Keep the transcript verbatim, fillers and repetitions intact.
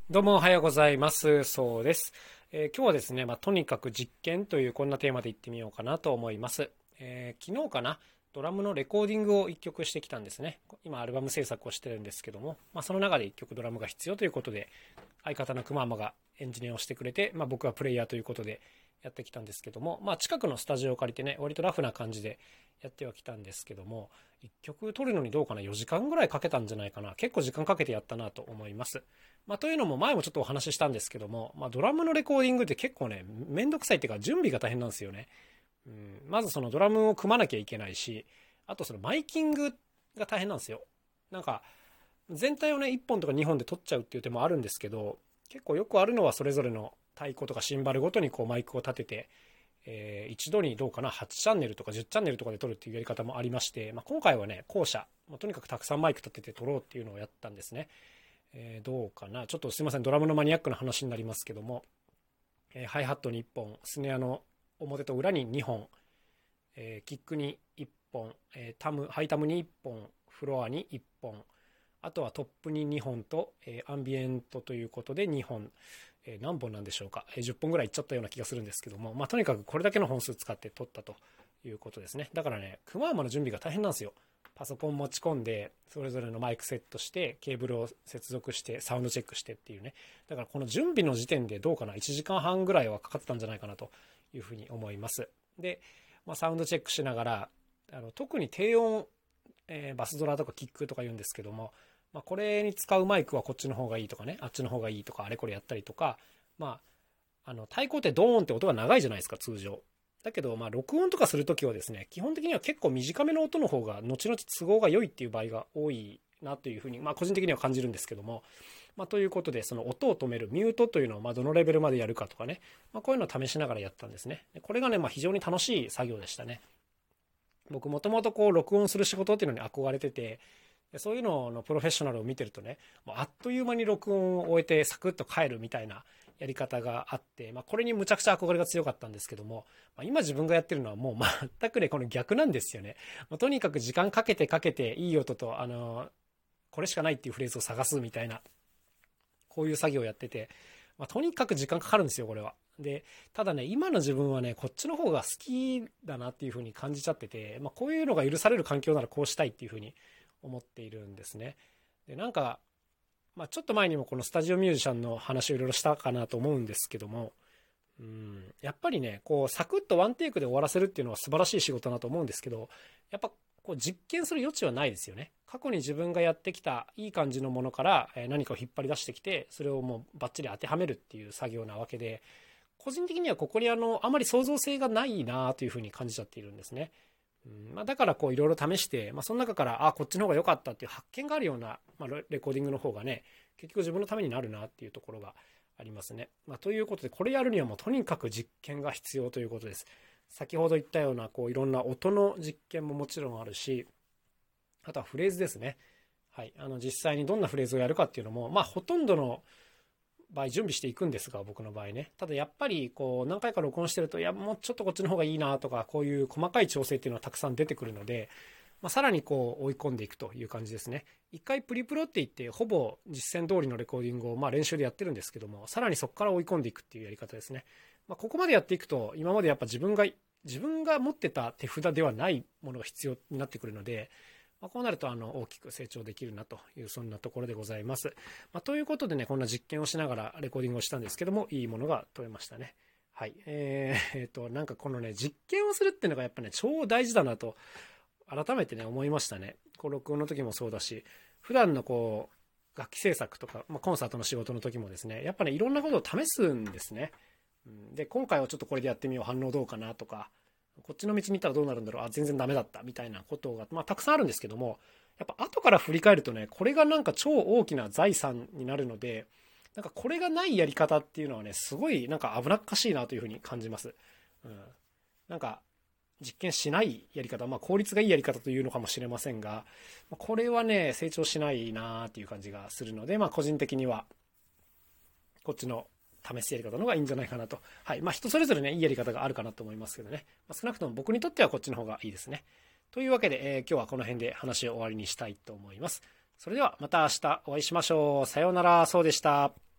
どうもおはようございます。そうです。えー今日はですね、まあ、とにかく実験というこんなテーマでいってみようかなと思います。えー昨日かな、ドラムのレコーディングをいっきょくしてきたんですね。今アルバム制作をしてるんですけども、まあ、その中でいっきょくドラムが必要ということで、相方のくままがエンジニアをしてくれて、まあ、僕はプレイヤーということでやってきたんですけども、まあ、近くのスタジオを借りてね、割とラフな感じでやってはきたんですけども、いっきょく撮るのにどうかな、よじかんぐらいかけたんじゃないかな。結構時間かけてやったなと思います。まあ、というのも前もちょっとお話ししたんですけども、まあ、ドラムのレコーディングって結構ね、めんどくさいっていうか準備が大変なんですよね。うん、まずそのドラムを組まなきゃいけないし、あとそのマイキングが大変なんですよ。なんか全体をね、いっぽんとかにほんで撮っちゃうっていう手もあるんですけど、結構よくあるのはそれぞれの太鼓とかシンバルごとにこうマイクを立てて、えー一度にどうかな、はちチャンネルとかじゅうチャンネルとかで撮るっていうやり方もありまして、まあ、今回はね、後者、まあ、とにかくたくさんマイク立てて撮ろうっていうのをやったんですね。えーどうかな、ちょっとすいません、ドラムのマニアックな話になりますけども、えーハイハットにいっぽん、スネアの表と裏ににほん、えーキックにいっぽん、えータム、ハイタムにいっぽん、フロアにいっぽん、あとはトップににほんと、えーアンビエントということでにほん、えー何本なんでしょうか、えーじゅっぽんぐらいいっちゃったような気がするんですけども、まあ、とにかくこれだけの本数使って撮ったということですね。だからね、クマーマの準備が大変なんですよ。パソコン持ち込んで、それぞれのマイクセットして、ケーブルを接続して、サウンドチェックしてっていうね。だからこの準備の時点でどうかな、いちじかんはんぐらいはかかってたんじゃないかなというふうに思います。で、まあ、サウンドチェックしながら、あの特に低音、えーバスドラとかキックとか言うんですけども、まあ、これに使うマイクはこっちの方がいいとかね、あっちの方がいいとか、あれこれやったりとか、まあ、あの太鼓ってドーンって音が長いじゃないですか、通常。だけど、まあ、録音とかするときはですね、基本的には結構短めの音の方が、後々都合が良いっていう場合が多いなというふうに、まあ、個人的には感じるんですけども、まあ、ということで、その音を止める、ミュートというのを、まあ、どのレベルまでやるかとかね、まあ、こういうのを試しながらやったんですね。これがね、まあ、非常に楽しい作業でしたね。僕もともとこう録音する仕事っていうのに憧れてて、そういうののプロフェッショナルを見てるとね、もうあっという間に録音を終えてサクッと帰るみたいなやり方があって、まあ、これにむちゃくちゃ憧れが強かったんですけども、まあ、今自分がやってるのはもう全くね、この逆なんですよね。まあ、とにかく時間かけてかけていい音と、あの、これしかないっていうフレーズを探すみたいな、こういう作業をやってて、まあ、とにかく時間かかるんですよ、これは。で、ただね、今の自分はね、こっちの方が好きだなっていう風に感じちゃってて、まあ、こういうのが許される環境ならこうしたいっていう風に思っているんですね。で、なんか、まあ、ちょっと前にもこのスタジオミュージシャンの話をいろいろしたかなと思うんですけども、うん、やっぱりね、こう、サクッとワンテイクで終わらせるっていうのは素晴らしい仕事だなと思うんですけど、やっぱこう実験する余地はないですよね。過去に自分がやってきたいい感じのものからえ何かを引っ張り出してきて、それをもうバッチリ当てはめるっていう作業なわけで、個人的にはここにあの、あまり創造性がないなというふうに感じちゃっているんですね。うんまあ、だからこういろいろ試して、まあ、その中からあこっちの方が良かったっていう発見があるような、まあ、レコーディングの方がね、結局自分のためになるなっていうところがありますね。まあ、ということでこれやるにはもうとにかく実験が必要ということです。先ほど言ったようなこういろんな音の実験ももちろんあるし、あとはフレーズですね。はい、あの実際にどんなフレーズをやるかっていうのも、まあ、ほとんどの場合準備していくんですが、僕の場合ね。ただやっぱりこう何回か録音してると、いやもうちょっとこっちの方がいいなとか、こういう細かい調整っていうのはたくさん出てくるので、まあ、さらにこう追い込んでいくという感じですね。一回プリプロって言ってほぼ実践通りのレコーディングをまあ練習でやってるんですけども、さらにそこから追い込んでいくっていうやり方ですね。まあ、ここまでやっていくと、今までやっぱ自分が自分が持ってた手札ではないものが必要になってくるので、まあ、こうなるとあの大きく成長できるなというそんなところでございます。まあ、ということでね、こんな実験をしながらレコーディングをしたんですけども、いいものが撮れましたね。はい。えー、えーと、なんかこのね、実験をするっていうのがやっぱね、超大事だなと、改めてね、思いましたね。こう、録音の時もそうだし、普段のこう、楽器制作とか、まあ、コンサートの仕事の時もですね、やっぱね、いろんなことを試すんですね。で、今回はちょっとこれでやってみよう、反応どうかなとか、こっちの道に行ったらどうなるんだろう、あ、全然ダメだったみたいなことが、まあ、たくさんあるんですけども、やっぱ後から振り返るとね、これがなんか超大きな財産になるので、なんかこれがないやり方っていうのはね、すごいなんか危なっかしいなというふうに感じます。うん、なんか実験しないやり方、まあ効率がいいやり方というのかもしれませんが、これはね、成長しないなっていう感じがするので、まあ個人的にはこっちの試すやり方の方がいいんじゃないかなと。はい。まあ人それぞれね、いいやり方があるかなと思いますけどね。まあ、少なくとも僕にとってはこっちの方がいいですね。というわけで、えー今日はこの辺で話を終わりにしたいと思います。それではまた明日お会いしましょう。さようなら。そうでした。